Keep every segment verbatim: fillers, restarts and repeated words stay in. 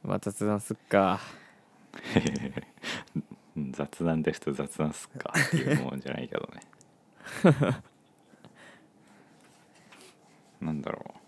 まあ雑談すっか。 雑談ですと雑談すっかっていうもんじゃないけどねなんだろ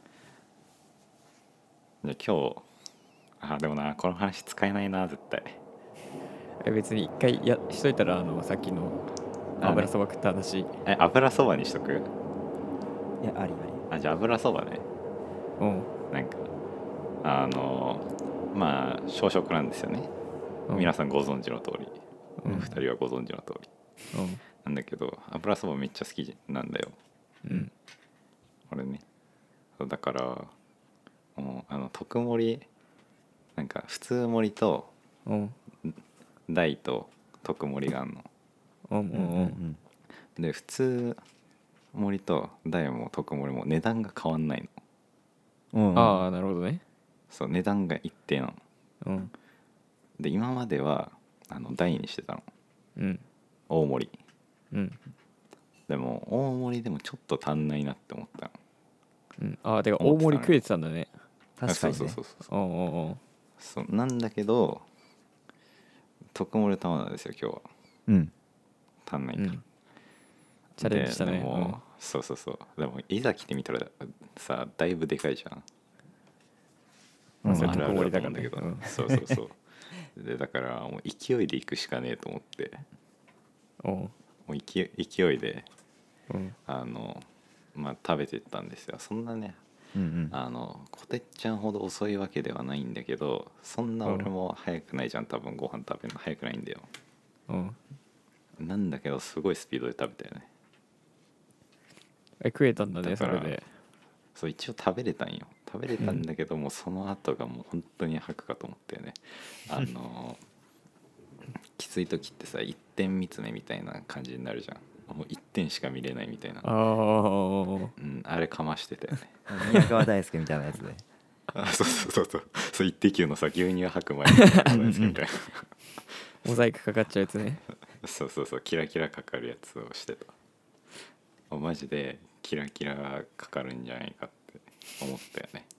う。じゃあ今日あでもなこの話使えないな絶対。 え別に一回やしといたら、あのさっきの油そば食った話。 え油そばにしとく。 いや、ありああじゃあ油そばね。 うん。 なんかあのまあ小食なんですよね、 うん皆さんご存知の通り、 うんふたりはご存知の通りうんなんだけど、油そばめっちゃ好きなんだようん俺ね。そうだからもうあの特盛りなんか普通盛りとうん大と特盛りがあるのうんうんうんうんで、普通盛りと大も特盛りも値段が変わんないの。 うんうん。 ああ、なるほどね。 そう値段が一定なのうんで、今まではあの大にしてたの、 うん大盛りうんでも大盛りでもちょっと足んないなって思ったの。 うんああ、てか大盛り食えてたんだね。 確かにねそうそう。そうそううんうんうんそうなんだけど特盛り頼んだんですよ今日は。 うん。 足んないから、 うんチャレンジしたね。 ででも、そうそうそうでもいざ来てみたらさだいぶでかいじゃん。 うん、まあ、 うんそれあるある特盛りだだと思うんだけど、 からね。 そうそうそうでだからもう勢いで行くしかねえと思ってうんもう勢い勢いでうんあのまあ食べてったんですよ。そんなねうんうん。 あのこてっちゃんほど遅いわけではないんだけど、そんな俺も早くないじゃん、多分ご飯食べるの早くないんだよ。 うんなんだけどすごいスピードで食べたよね。 え食えたんだね、 だからそれで。 そう一応食べれたんよ。食べれたんだけども、その後がもう本当に吐くかと思ったよね。あのきつい時ってさ一点見つめみたいな感じになるじゃん。もう一点しか見れないみたいな。 ああうん、あれかましてたよね。 宮川大輔みたいなやつで。 あそうそうそうそうそう一滴のさ牛乳吐く前に宮川大輔みたいなモザイクかかっちゃうやつね。 そうそうそうキラキラかかるやつをしてた。あマジでキラキラかかるんじゃないかって思ったよね。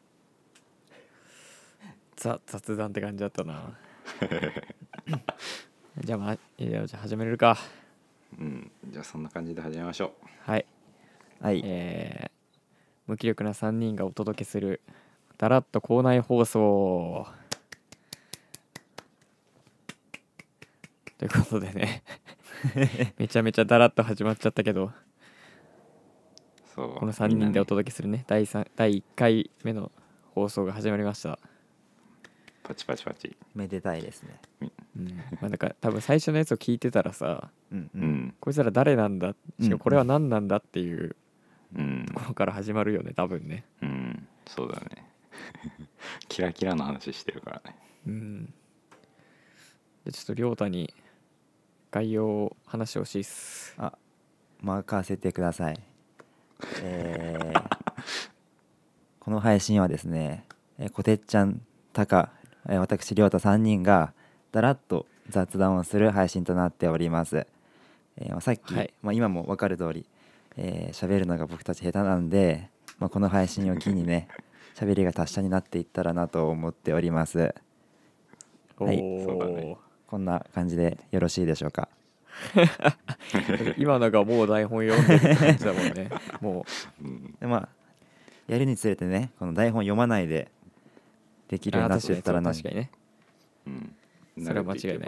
ザ雑談って感じだったな。じゃあまあいやじゃあ始めれるか。 うんじゃあそんな感じで始めましょはい。 はい。 えー、無気力なさんにんがお届けするだらっと校内放送ということでねめちゃめちゃだらっと始まっちゃったけど、 う。そうこのさんにんでおみなね届けするねだいさんだいいっかいめの放送が始まりました。 パチパチパチ。 めでたいですね。 うんまあ、だから多分最初のやつを聞いてたらさ、 うんう。 うんんこいつら誰なんだ、しかもこれは何なんだっていううんところから始まるよね多分ね。 うんそうだねキラキラの話してるからね。 うんでちょっと亮太に概要を話してほしいっす。 あ、任せてください。えーこの配信はですね、えーこてっちゃん、たか、えー私、りょうたさんにんがだらっと雑談をする配信となっております。えーまあさっき、 はいまあ、今も分かる通り、えー喋るのが僕たち下手なんで、まあ、この配信を機にね、喋りが達者になっていったらなと思っております。はいおそうだねこんな感じでよろしいでしょうか。 今のがもう台本読んでる感じだもんねもうんでまあやるにつれてね、この台本読まないでできう。 るようになあーっていったらな確かにね。 うんそれは間違いない。 慣れてけば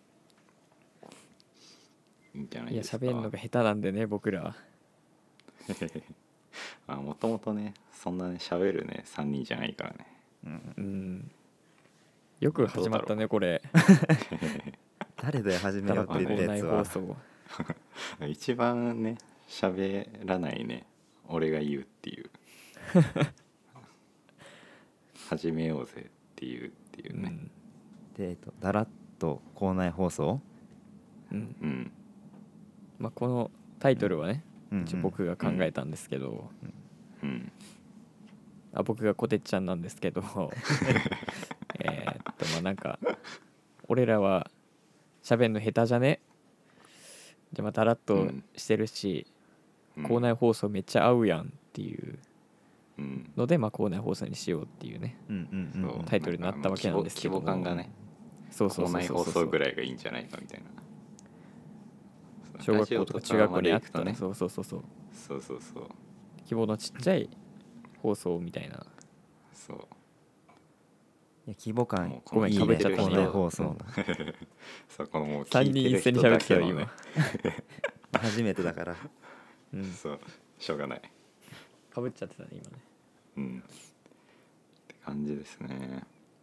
いいんじゃないいやですか。 喋るのが下手なんでね僕ら。 あもともとねそんなね喋るねさんにんじゃないからね。 うんよく始まったねこれ。 誰だよ始めだらようってっと校内言ったやつは。 放送。 一番ね喋らないね俺が言うっていう始めようぜっていうっていうね。 で、えっと、だらっと校内放送、 うんうんうんまあこのタイトルはねうんうん一応僕が考えたんですけど、 うんあ僕がこてっちゃんなんですけどえーっとまあなんか俺らは喋んの下手じゃね、じゃあまあだらっとしてるし、 うん校内放送めっちゃ合うやんっていううんので、まあ、校内放送にしようっていうね。 うんうんうんそうタイトルになったわけなんですけども規模規模感がねそうそう校内そうそうそう放送ぐらいがいいんじゃないかみたいな。 小学校とか中学校にあったね。 そうそうそうそうそうそうそう規模のちっちゃい放送みたいな。 そういや規模感もうごめんいいねかぶっちゃった校内放送のそうこのもう 3 聞いてる人一斉に人だ喋ってたよけのね今。 初めてだからうんそうしょうがないかぶっちゃってたね今ね。 うんって感じですね。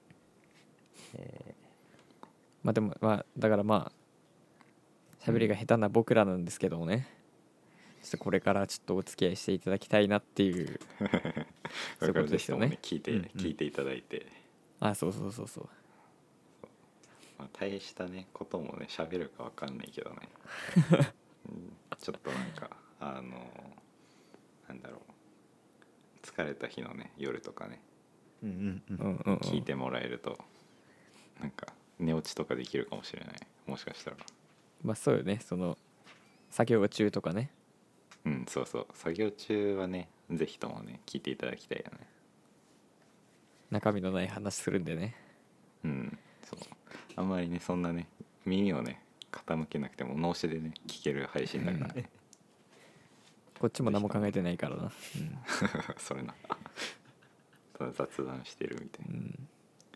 まあでもまあだからまあ喋りが下手な僕らなんですけどもね、ちょっとこれからちょっとお付き合いしていただきたいなっていうそういうことですよねこれからぜひともね聞いて、 うんうん聞いていただいて、 あそうそうそうそうまあ、大したねこともね喋るかわかんないけどね、うんちょっとなんかあのなんだろう疲れた日のね夜とかねうんうんうんうんうんうん聞いてもらえるとなんか寝落ちとかできるかもしれない。もしかしたらまあそうよね、その作業中とかね。 うんそうそう作業中はねぜひともね聞いていただきたいよね。 中身のない話するんでね。 うんそうあんまりねそんなね耳をね傾けなくても脳死でね聞ける配信だからねこっちも何も考えてないからな。 それなただ雑談してるみたいな、 うん、うん、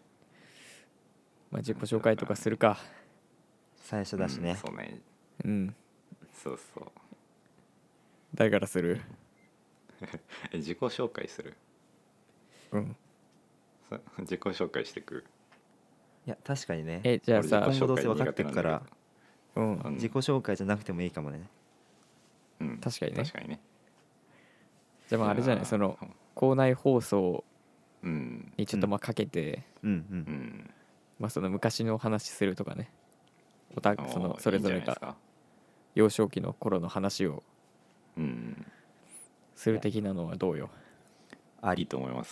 まあ自己紹介とかするか。 最初だしねうん、そうねうんそうそう誰からする？ え自己紹介するうんさ自己紹介してく。 いや確かにねえじゃあさ俺自己紹介今後どうせ分かってるからうんうん自己紹介じゃなくてもいいかもねうん確かにね確かにねじゃあまああれじゃない、 やーその校内放送うんにちょっとまあかけて、 うんううんんまあその昔の話するとかね、おたおーそのそれぞれがいいんじゃないですか。 幼少期の頃の話をうんする的なのはどうよ。 ありいいと思います。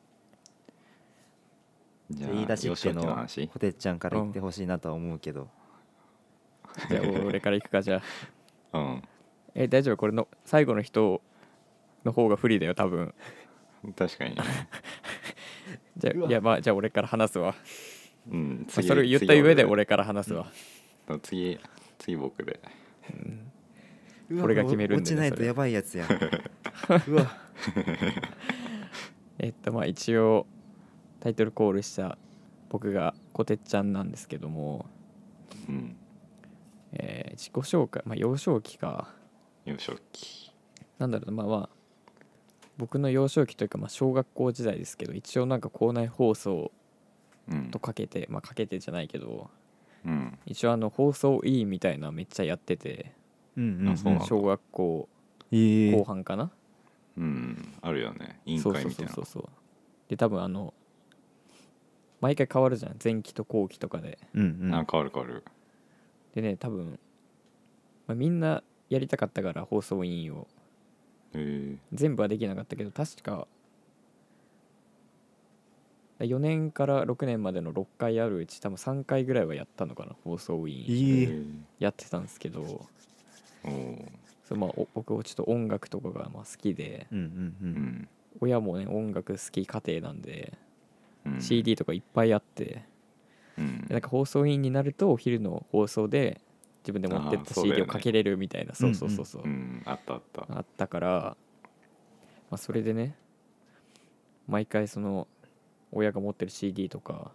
じゃあ言い出しっ幼少期てのの話こてっちゃんから言ってほしいなとは思うけどじゃあ俺から行くか。じゃあうんえ大丈夫、これの最後の人の方が不利だよ多分。 確かにねじゃうわあいやまあじゃあ俺から話すわ。 うんまあ次それを言った上で俺から話すわ。 次次僕でうわこれが決めるんでね落ちないそれとやばいやつやんうわえっとまあ一応タイトルコールした僕がこてっちゃんなんですけども、 うんえー自己紹介、まあ幼少期か。 幼少期なんだろうな、まあまあ僕の幼少期というかまあ小学校時代ですけど、一応なんか校内放送うんとかけて、まあかけてじゃないけどうん一応あの放送委員みたいなのめっちゃやってて、 うんうんあそうなんだ小学校ええ後半かな、 うんあるよね委員そうそう会みたいうな。 そそうそうで多分あの毎回変わるじゃん、前期と後期とかで。 うんうんあ変わる変わる。 でね多分、まあ、みんなやりたかったから放送委員をへえ全部はできなかったけど、確かよねんからろくねんまでのろっかいあるうち多分さんかいぐらいはやったのかな、放送委員ええへやってたんですけど、 おーそうまあお僕ちょっと音楽とかがまあ好きで、 うんうんううんん親もね音楽好き家庭なんで、 うんシーディー とかいっぱいあって、 うんでなんか放送委員になるとお昼の放送で自分で持ってったあーそうだよシーディーねをかけれるみたいな、そうそうそうそう、 うんあったあったあったから、まあ、それでね毎回その親が持ってる シーディー とか、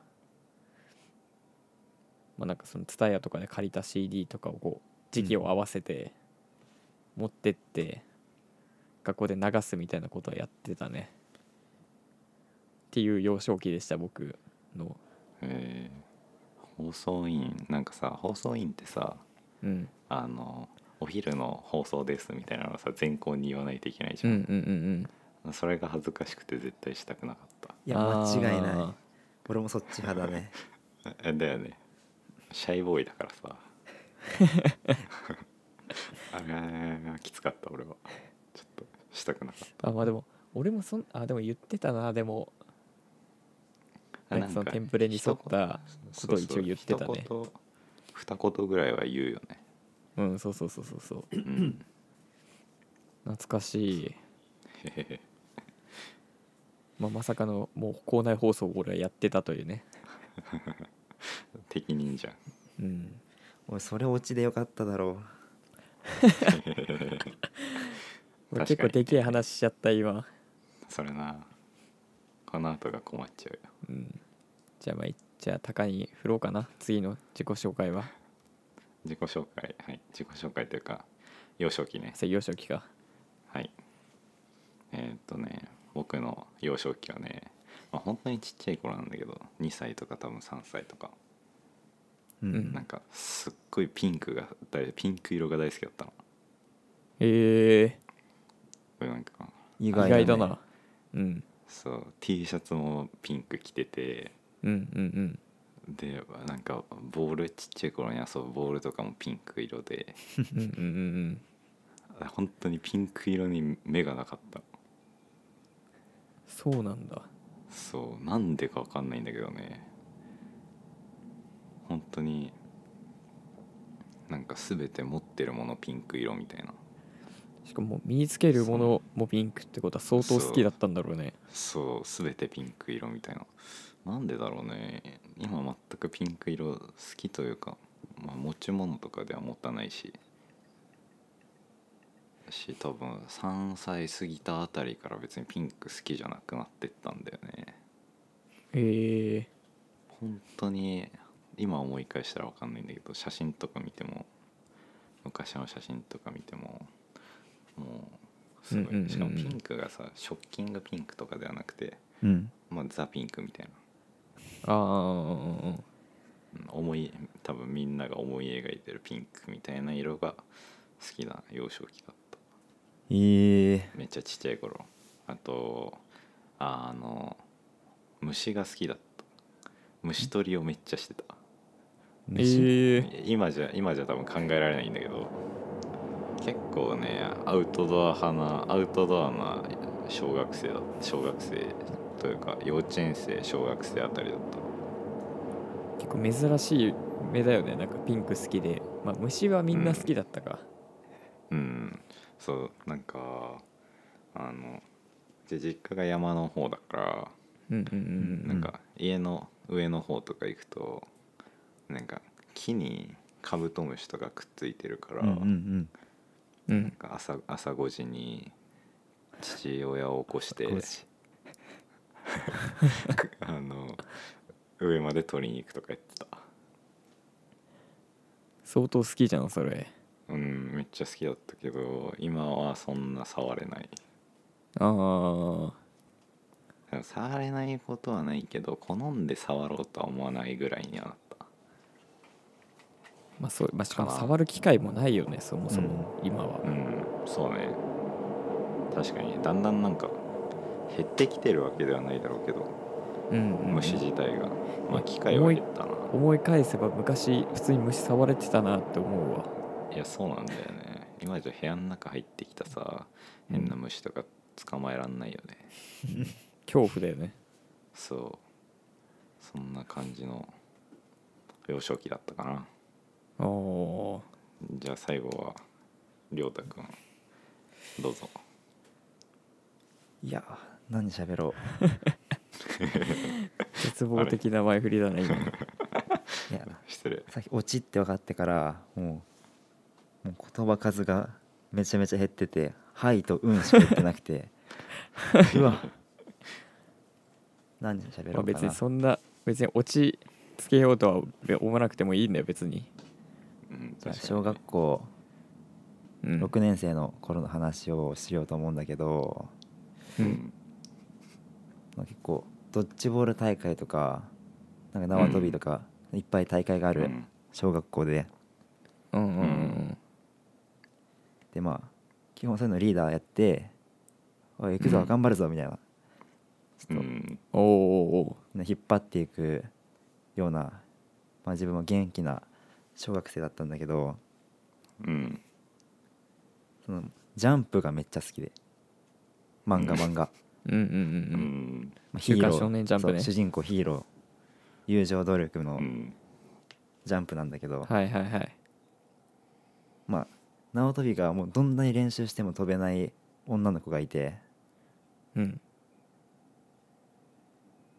まあなんかその ツタヤ とかで借りた シーディー とかをこう時期を合わせて持ってって学校で流すみたいなことはやってたねっていう幼少期でした僕の。 へえ放送委員なんかさ放送委員ってさうんあのお昼の放送ですみたいなのをさ全校に言わないといけないじゃん、 うんうんうんうんそれが恥ずかしくて絶対したくなかったいや間違いないあ俺もそっち派だねえだよねシャイボーイだからさあれがきつかった俺はちょっとしたくなかっーあまあでも俺もそんあでも言ってたな。でもたなんかそのテンプレに沿ったことを一応言ってたね。 そうそう一言二言ぐらいは言うよねうんそうそうそうそうそううん懐かしい。 へへへまあ、まさかのもう校内放送を俺はやってたというね。 適任じゃん。 うんおいそれオチでよかっただろ俺結構でけえ話しちゃった今。 それな、この後が困っちゃうよ。 うんじゃあまあじゃあ高に振ろうかな次の自己紹介は。 自己紹介、はい、自己紹介というか幼少期ね。 それ幼少期か。 はい。えーっとね僕の幼少期はね、まあ、本当にちっちゃい頃なんだけどにさいとか多分さんさいとか、 う、うんうんなんかすっごいピンクが大ピンク色が大好きだったの。 へえこれなんか意意外外だな。うんそう T シャツもピンク着てて、 うんうんでなんかボールちっちゃい頃に遊ぶボールとかもピンク色でうんうんうんうん本当にピンク色に目がなかった。 そうなんだ。 そうなんでか分かんないんだけどね、本当になんか全て持ってるものピンク色みたいな。 しかも身につけるものもピンクってことは相当好きだったんだろうね。 そう全てピンク色みたいな。なんでだろうね、今全くピンク色好きというか、まあ、持ち物とかでは持たないしし多分さんさい過ぎたあたりから別にピンク好きじゃなくなってったんだよね。 へえ本当に今思い返したら分かんないんだけど、写真とか見ても昔の写真とか見てももうすごい、 うんうんうんうんしかもピンクがさショッキングピンクとかではなくて、 うんまあ、ザ・ピンクみたいああな、うん思い多分みんなが思い描いてるピンクみたいな色が好きな幼少期だった。 えー、 めっちゃちっちゃい頃。あとあの虫が好きだった。虫取りをめっちゃしてた。 ええ今じゃ今じゃ多分考えられないんだけど、結構ねアウトドア派なアウトドアな小学生だ小学生というか幼稚園生小学生あたりだった。 結構珍しい目だよね。なんかピンク好きで、まあ虫はみんな好きだったか。 うんそうなんかあので実家が山の方だからうんうんうんなんか家の上の方とか行くとなんか木にカブトムシとかくっついてるから、 うんうんうんうんなんか朝朝ごじに父親を起こしてごじあの上まで取りに行くとか言ってた。 相当好きじゃんそれ。 うんめっちゃ好きだったけど今はそんな触れない。 ああでも触れないことはないけど好んで触ろうとは思わないぐらいにはなった。 まあそう、まあ、しかもかな触る機会もないよねそもそも今は。 うんそうね、確かにだんだんなんか減ってきてるわけではないだろうけど、 うんうんうん虫自体がまあ機会は減ったな。 思い返せば昔普通に虫触れてたなって思うわ。 いやそうなんだよね。今じゃ部屋の中入ってきたさ変な虫とか捕まえらんないよね、 恐怖だよね。 そうそんな感じの幼少期だったかな。 おおじゃあ最後はりょうたくんどうぞ。 いや何喋ろ絶望的な前振りだな今。 ういや失礼。 さっきオチって分かってからもうもう言葉数がめちゃめちゃ減ってて「はい」と「うん」しか言ってなくてうわ何喋ろうかな。 まあ別にそんな別にオチつけようとは思わなくてもいいんだよ別に。 うんじゃあ確かにね小学校うんろくねん生の頃の話をしようと思うんだけど、 うんまあ、結構ドッジボール大会とかなんか縄跳びとかいっぱい大会があるうん小学校で、 うんうんうんでまあ基本そういうのリーダーやって「おい行くぞうん頑張るぞ」みたいなちょっとうんおーおーおね引っ張っていくような、まあ、自分も元気な小学生だったんだけど、 うんそのジャンプがめっちゃ好きで漫画漫画、 ーうんうんうんううんんまあ、ヒーロ週刊少年ジャンプねそう主人公ヒーロー友情努力のうんジャンプなんだけど、 はいはいはいまあ縄跳びがもうどんなに練習しても飛べない女の子がいて、 うん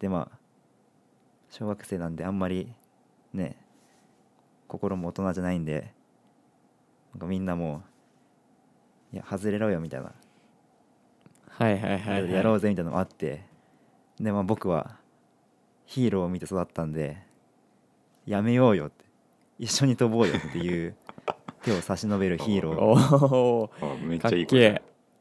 でまあ小学生なんであんまりね心も大人じゃないんで、なんかみんなもういや外れろよみたいな、 はいはいはいはい。 やろうぜみたいなのもあって、でまあ僕はヒーローを見て育ったんで、やめようよって、一緒に飛ぼうよっていう手を差し伸べるヒーロー。 おおあめっかっちゃいい子じゃん。 けえ。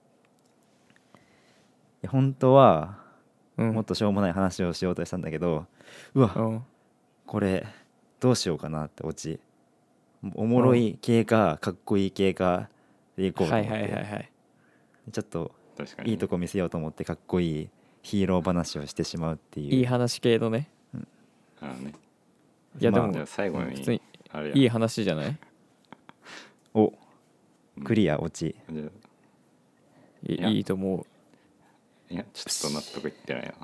いや本当はうんもっとしょうもない話をしようとしたんだけど、うわうんこれどうしようかなってオチ、おもろい系かかっこいい系かでいこうとはい思って、 はいはいはい。 ちょっと確かにね、 いいとこ見せようと思ってかっこいいヒーロー話をしてしまうっていう。 いい話系のね。 あのねまあいやでもじゃあ最後に普通にあれやいい話じゃない？ おクリアオチ。 じゃあいいやいいと思いやちょっと納得いってないな。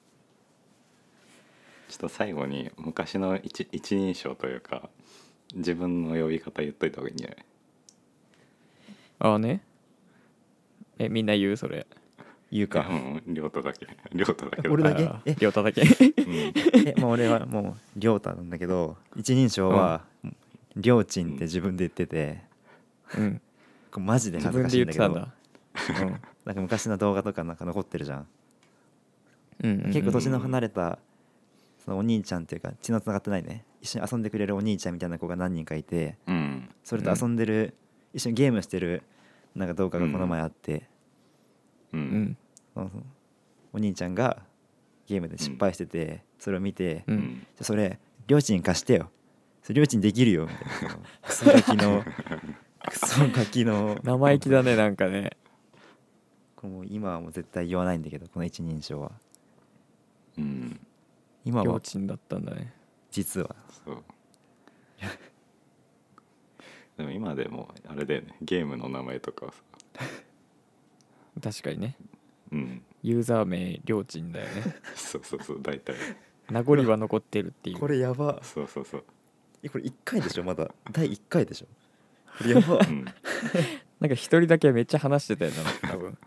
ちょっと最後に昔の一一人称というか自分の呼び方言っといた方がいいんじゃない？ う。ああね。えみんな言うそれ。 言うか。 うん亮太だけ亮太だけど俺だけあーえ亮太だけ。 うんえもう俺はもうりょうたなんだけど、一人称はりょうちんって自分で言ってて、 うん。 これマジで恥ず自分でかしいんだけど、 言ってたんだ。うんなんか昔の動画とかなんか残ってるじゃん。 うんうんうん。 結構年の離れたそのお兄ちゃんっていうか血のつながってないね、一緒に遊んでくれるお兄ちゃんみたいな子が何人かいて、 うんそれと遊んでる、一緒にゲームしてるなんか動画がこの前あって、 ううんんそのお兄ちゃんがゲームで失敗してて、それを見て、 ううんんじゃあそれりょうちん貸してよ、それりょうちんできるよみたいな、クソガキのクソガキの生意気だねなんかね。 これもう今はもう絶対言わないんだけど、この一人称はうん今はりょうちんだったんだね。 実はそうでも今でもあれだよね、ゲームの名前とかはさ、 確かにね。 うんユーザー名りょうちんだよね。 そうそうそう大体名残は残ってるっていう。 これやば、 そうそうそうえこれいっかいでしょ、まだだいいっかいでしょ、これやばうんなんか一人だけめっちゃ話してたよな多分。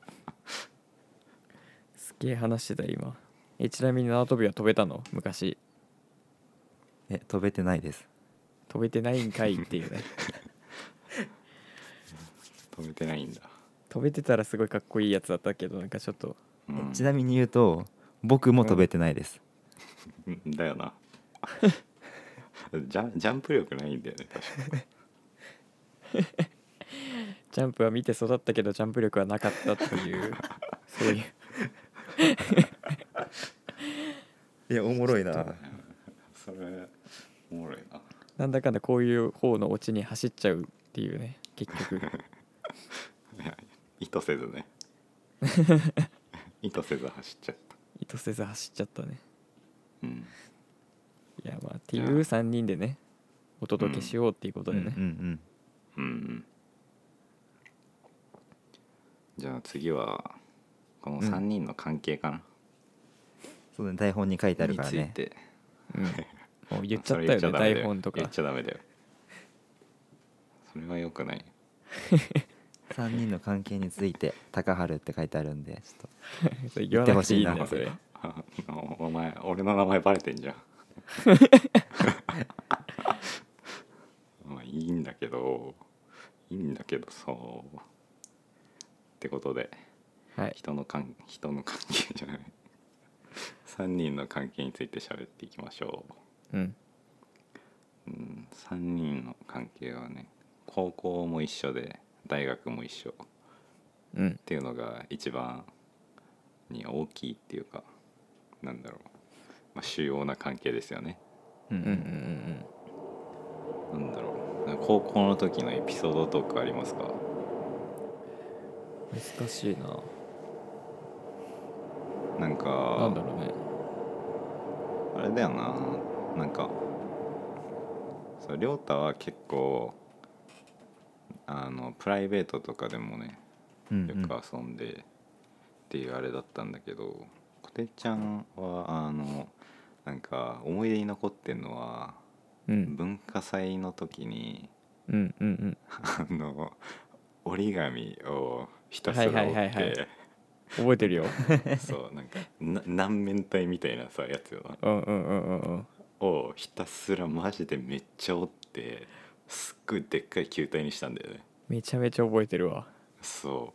すげえ話してたよ今。えちなみに縄跳びは飛べたの昔？ え飛べてないです。 飛べてないんかいっていうね。 止めてないんだ、 飛べてたらすごいかっこいいやつだったけど、なんかちょっとうん、 ちなみに言うと僕も飛べてないです。 うんだよなジャンジャンプ力ないんだよね確かジャンプは見て育ったけどジャンプ力はなかったっていうそういう。 いやおもろいな。 それおもろいな。 なんだかんだこういう方のオチに走っちゃうっていうね結局。 いや意図せずね意図せず走っちゃった意図せず走っちゃったね。 うんいやまあっていうさんにんでねお届けしようっていうことでね、 うんうんうんうんじゃあ次はこのさんにんの関係かな、 そうね、台本に書いてあるにからね。 ついてうんもう言っちゃったよねそれ言っちゃダメだ台本とか言っちゃダメだよそれはよくない。 さんにんの関係について高春って書いてあるんで、ちょっとそれ言わなくていいんだ言ってほしいよそれ。 あお前俺の名前バレてんじゃんまあいいんだけどいいんだけどそうってことではい人の関人の関係じゃないさんにんの関係について喋っていきましょうんう、うん、さんにんの関係はね高校も一緒で大学も一緒っうんていうのが一番に大きいっていうかなんだろう、まあ、主要な関係ですよね。 うんうんうんうんなんだろう高校の時のエピソードトークありますか？ 難しいな。 なんかなんだろうね。 あれだよな、なんかそう亮太は結構あのプライベートとかでもねうんよく遊んでっていうあれだったんだけど、こてっちゃんはあのなんか思い出に残ってんのはうん文化祭の時にうんうんうんあの折り紙をひたすら折はいはいはいはってい覚えてるよ。 そうなんかな何面体みたいなさやつよなうんうんうんうんうんをひたすらマジでめっちゃ折ってすっごいでっかい球体にしたんだよね。 めちゃめちゃ覚えてるわ。 そ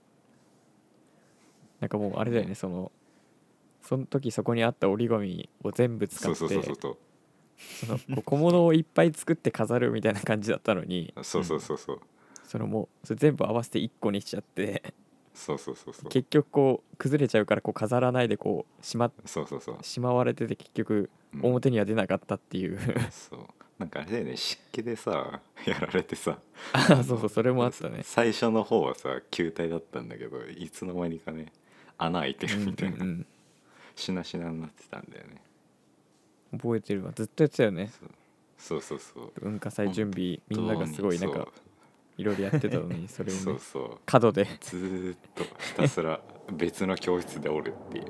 なんかもうあれだよね、 ねそのその時そこにあった折り紙を全部うそう使ってそうそうそうそのこう小物をいっぱい作って飾るみたいな感じだったのに、 そうそうそうそうそのもうそれ全部合わせていっこにしちゃってそうそうそうそう結局こう崩れちゃうからこう飾らないでこうしまそうそうそうしまわれてて結局うん表には出なかったっていうそうなんかあれだよね湿気でさやられてさあそうそうそれもあったね。 最初の方はさ球体だったんだけどいつの間にかね穴開いてうんうんるみたいな、 うんしなしなになってたんだよね。 覚えてるわ、ずっとやってたよね。 そうそうそう文化祭準備みんながすごいなんかいろいろやってたのにそれをねそうそうそう角で、 ずーっとひたすら別の教室でおるっていう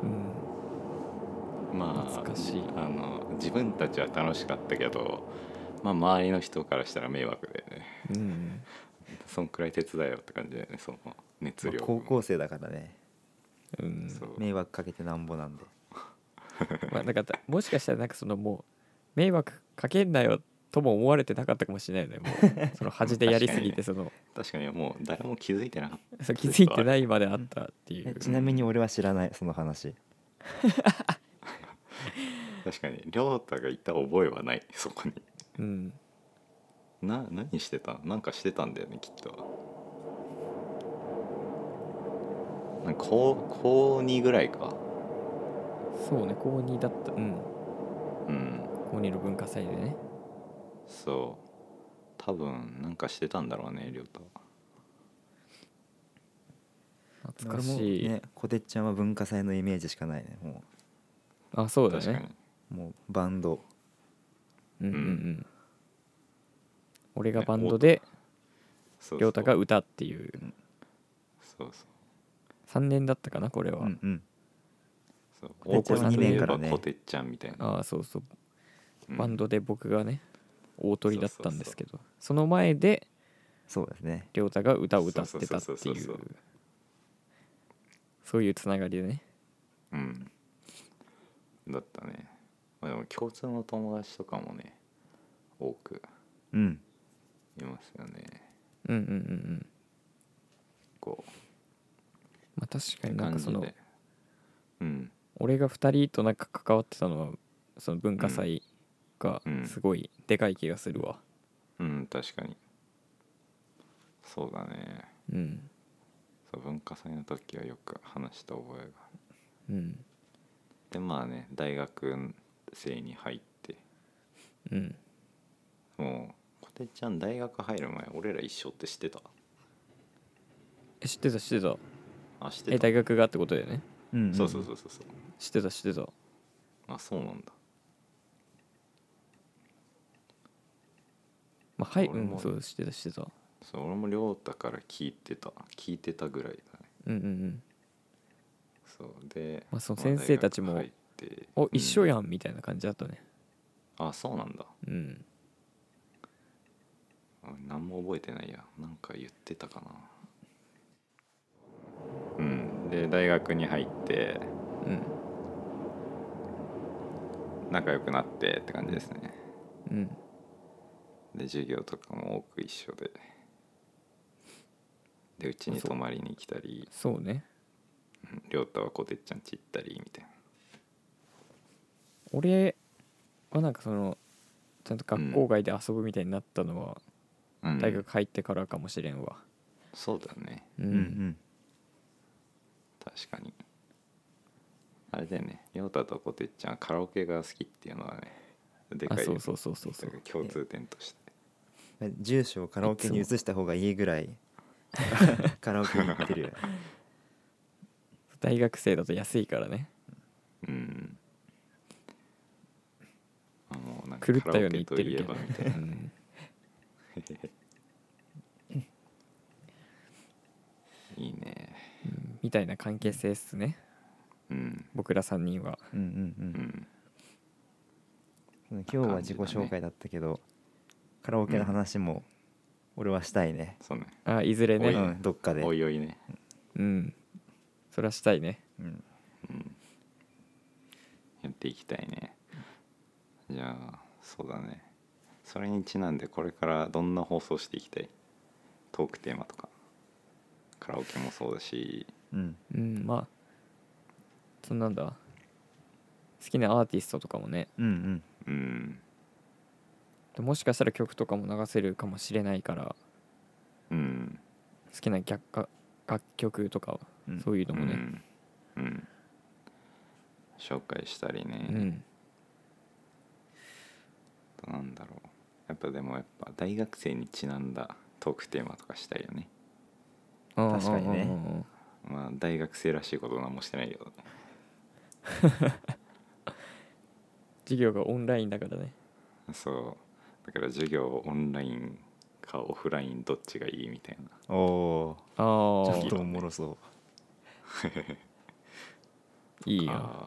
うん、 まあ懐かしい。 あの自分たちは楽しかったけど、まあ、周りの人からしたら迷惑だよね。 うんそんくらい手伝えよって感じだよねその熱まあ量、 高校生だからねうんそう迷惑かけてなんぼなんで。 まあ、なんかもしかしたらなんかそのもう迷惑かけんなよとも思われてなかったかもしれないよね。もうその恥でやりすぎてその確かにもう誰も気づいてなかった。 そう気づいてないまであったっていう。 えちなみに俺は知らないその話。 確かに亮太がいた覚えはないそこに。 うんな何してたなんかしてたんだよねきっと。なんか高高にぐらいか。 そうね高にだった。うんうん高にの文化祭でね。 そう多分なんかしてたんだろうね亮太は。 懐かしい、 俺もねこてっちゃんは文化祭のイメージしかないね。もあそうだ確かね。 にうもうバンド。 うんうんううんん俺がバンドでそうそう亮太が歌っていうそうそうさんねんだったかなこれは。 うんうん。 そうこてっちゃんはにねんからねこてっちゃんみたいな、 ああそうそううんバンドで僕がね大鳥だったんですけど、その前でそうですね。 亮太が歌を歌ってたってそうそういそうそううそういうつながりでね。 うんだったね。まあ、でも共通の友達とかもね多くうん。 いますよね。 うんうんうんうんこうまあ確かになんかその感じでうん俺がふたりとなんか関わってたのはその文化祭がうんすごいでかい気がするわ。 うん確かにそうだね。 うんそう文化祭の時はよく話した覚えが。 うんでまあね大学生に入ってうんもうこてっちゃん大学入る前俺ら一緒って知ってた？ え知ってた知ってた。 あ知ってた。 え大学がってことだよね。 うんうん。 そうそうそうそうそう。 知ってた知ってた。 あそうなんだ。 まあはい俺もうんそう知ってた知ってた。 そう俺も亮太から聞いてた聞いてたぐらいだね。 うんうんうんそうで、 まあその先生たちも大学入ってお一緒ん、 やんみたいな感じだったね。 あそうなんだ。 うん何も覚えてないやなんか言ってたかな。うんで大学に入ってうん仲良くなってって感じですね。 うんで授業とかも多く一緒ででうちに泊まりに来たりそうね。 うん亮太はこてっちゃんち行ったりみたい俺はなんかそのちゃんと学校外で遊ぶみたいになったのはな、うん、 大学入ってからかもしれんわ。 そうだねううんうんん。 確かにあれだよね亮太とこてっちゃんはカラオケが好きっていうのはねでかいよね。 あそうそうそうそうそう。 共通点として住所をカラオケに移した方がいいぐらいカラオケに行ってるよね。 大学生だと安いからね。 うんあのなんか狂ったように言ってるけどカラオケといえばみたいなうんいいね。 うんみたいな関係性っすねうん僕らさんにんは。 うんうんううんん。今日は自己紹介だったけど、カラオケの話も俺はしたいね。 そうねあいずれね。 おいうん、どっかで。 おいおいね。 うんそれはしたいね。 うんうんやっていきたいね。じゃあそうだね、それにちなんでこれからどんな放送していきたい？トークテーマとかカラオケもそうだし。 うんうんまあそんなんだ好きなアーティストとかもね、 うんうんうんでもしかしたら曲とかも流せるかもしれないからうん好きな逆楽楽曲とかうんそういうのもね、 うんうん紹介したりね、 うんなんだろう、やっぱでもやっぱ大学生にちなんだトークテーマとかしたいよね。 うん確かにねうんうんうんまあ大学生らしいことなんもしてないけどね。 授業がオンラインだからね。 そうだから授業オンラインかオフラインどっちがいいみたいな。 おおああちょっとおもろそういいよ。 か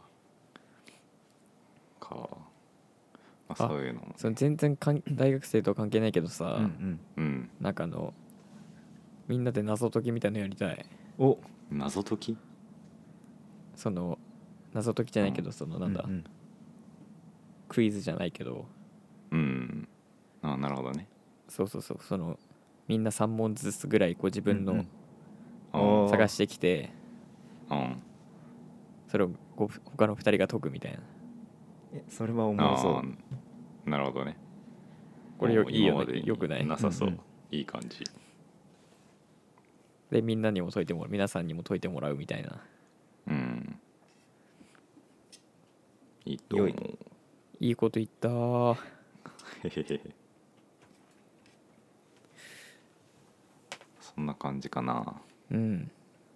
か、まあ、 あそういうのもね、 その全然かん大学生とは関係ないけどさ、 うんうんうんなんかあのみんなで謎解きみたいなのやりたい。 お謎解き。 その謎解きじゃないけど、 うんそのなんだ、 うんうんクイズじゃないけど、 うんあなるほどね。 そうそうそうそのみんなさん問ずつぐらいこう自分のうんうんうんおー探してきて、 うんそれをこう他のふたりが解くみたいな。 えそれはおもろそあうーなるほどね。 これよもういいよね今までによくないなさそう、 うんうんいい感じ。 でみんなにも解いてもらう皆さんにも解いてもらうみたいな。 うんいいと思う。 良いいいこと言ったー。 へへへそんな感じかな。 うん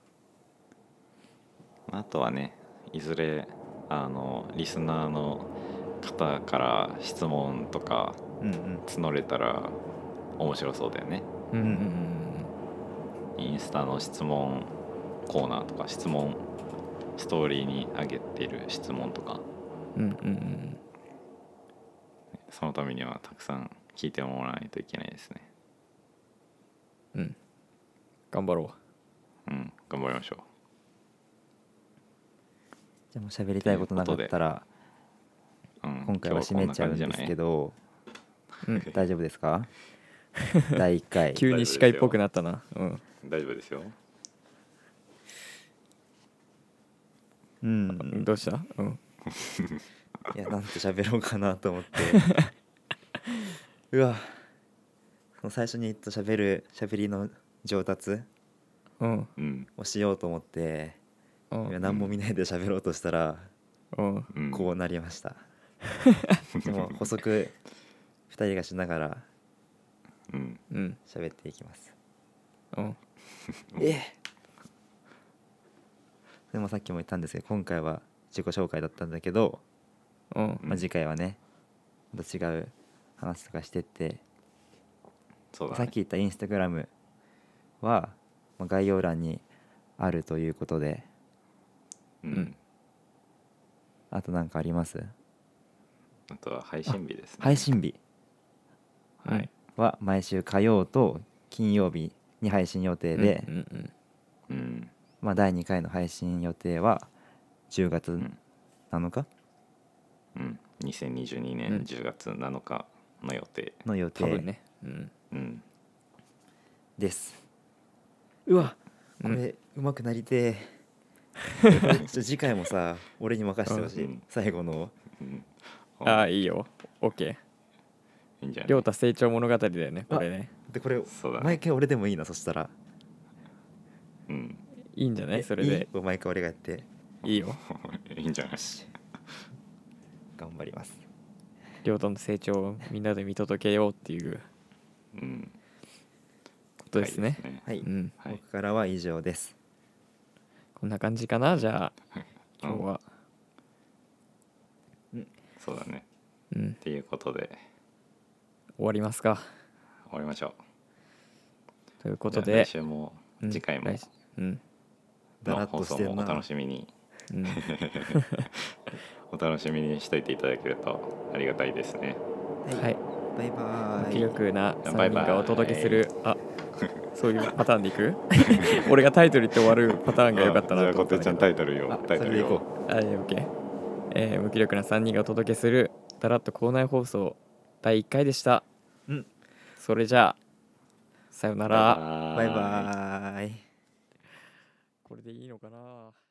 あとはね、いずれあのリスナーの方から質問とかうんうん募れたら面白そうだよね。 うんうんインスタの質問コーナーとか、質問ストーリーに上げてる質問とか、 うんうんうんうんそのためにはたくさん聞いてもらわないといけないですね。 うん頑張ろうん頑張りましょじゃあもう喋りたいことなかったらう。うん、 今回は締めちゃうんですけどう。うん大丈夫ですかだいいっかい急に司会っぽくなったな。うん大丈夫ですよ。 うんどうした？うんいやなんて喋ろうかなと思ってうわその最初に言った喋る喋りの上達うんうんをしようと思ってうんいや何も見ないで喋ろうとしたらうんうんこうなりましたでも補足ふたりがしながらうんうん喋っていきますうんえでもさっきも言ったんですけど今回は自己紹介だったんだけど、 うんまあ、次回はねまた違う話とかしてってそうだね。 さっき言ったインスタグラムはまあ概要欄にあるということでうん、 うんあと何かありますあとは配信日ですね。 配信日はい。 は毎週火曜と金曜日に配信予定で、 うんうんうんまあ、だいにかいの配信予定はじゅうがつんなのかうんにせんにじゅうにねうんんじゅうがつなのかの予定。 の予定多分ね。うんうんです。うわこうんれうまくなりてえこれちょっと次回もさ俺に任せてほしい、 うん最後のうんああいいよ。オッケいいんじゃない。 ー。亮太成長物語だよねこれね。 でこれそうだね毎回俺でもいいなそしたらうんいいんじゃないえそれで。 いい毎回俺がやっていいよ。 いいんじゃない。 頑張ります亮太の成長をみんなで見届けようっていううんことですね。 はい、 うんはい僕からは以上ですこんな感じかなじゃあ今日は。 そうだね。 うんっていうことで終わりますか。 終わりましょというう。 ことでじゃあ来。週もうん次回も来週うんだらっの放送としてんなもお楽しみにうんお楽しみにしといていただけるとありがたいですね。 はい、 はい。 バイバーイ気力な3人バイバイがお届けするあそういうパターンでいく俺がタイトル言って終わるパターンが良かったなじゃあと思ったんだけど。 こてっちゃんタイトルよあタイトルよそれでいこはい、OK。えー無気力なさんにんがお届けするだらっと校内放送だいいっかいでした。 う。うん。 それじゃあ、さよなら。 バイバーイ。 これでいいのかな。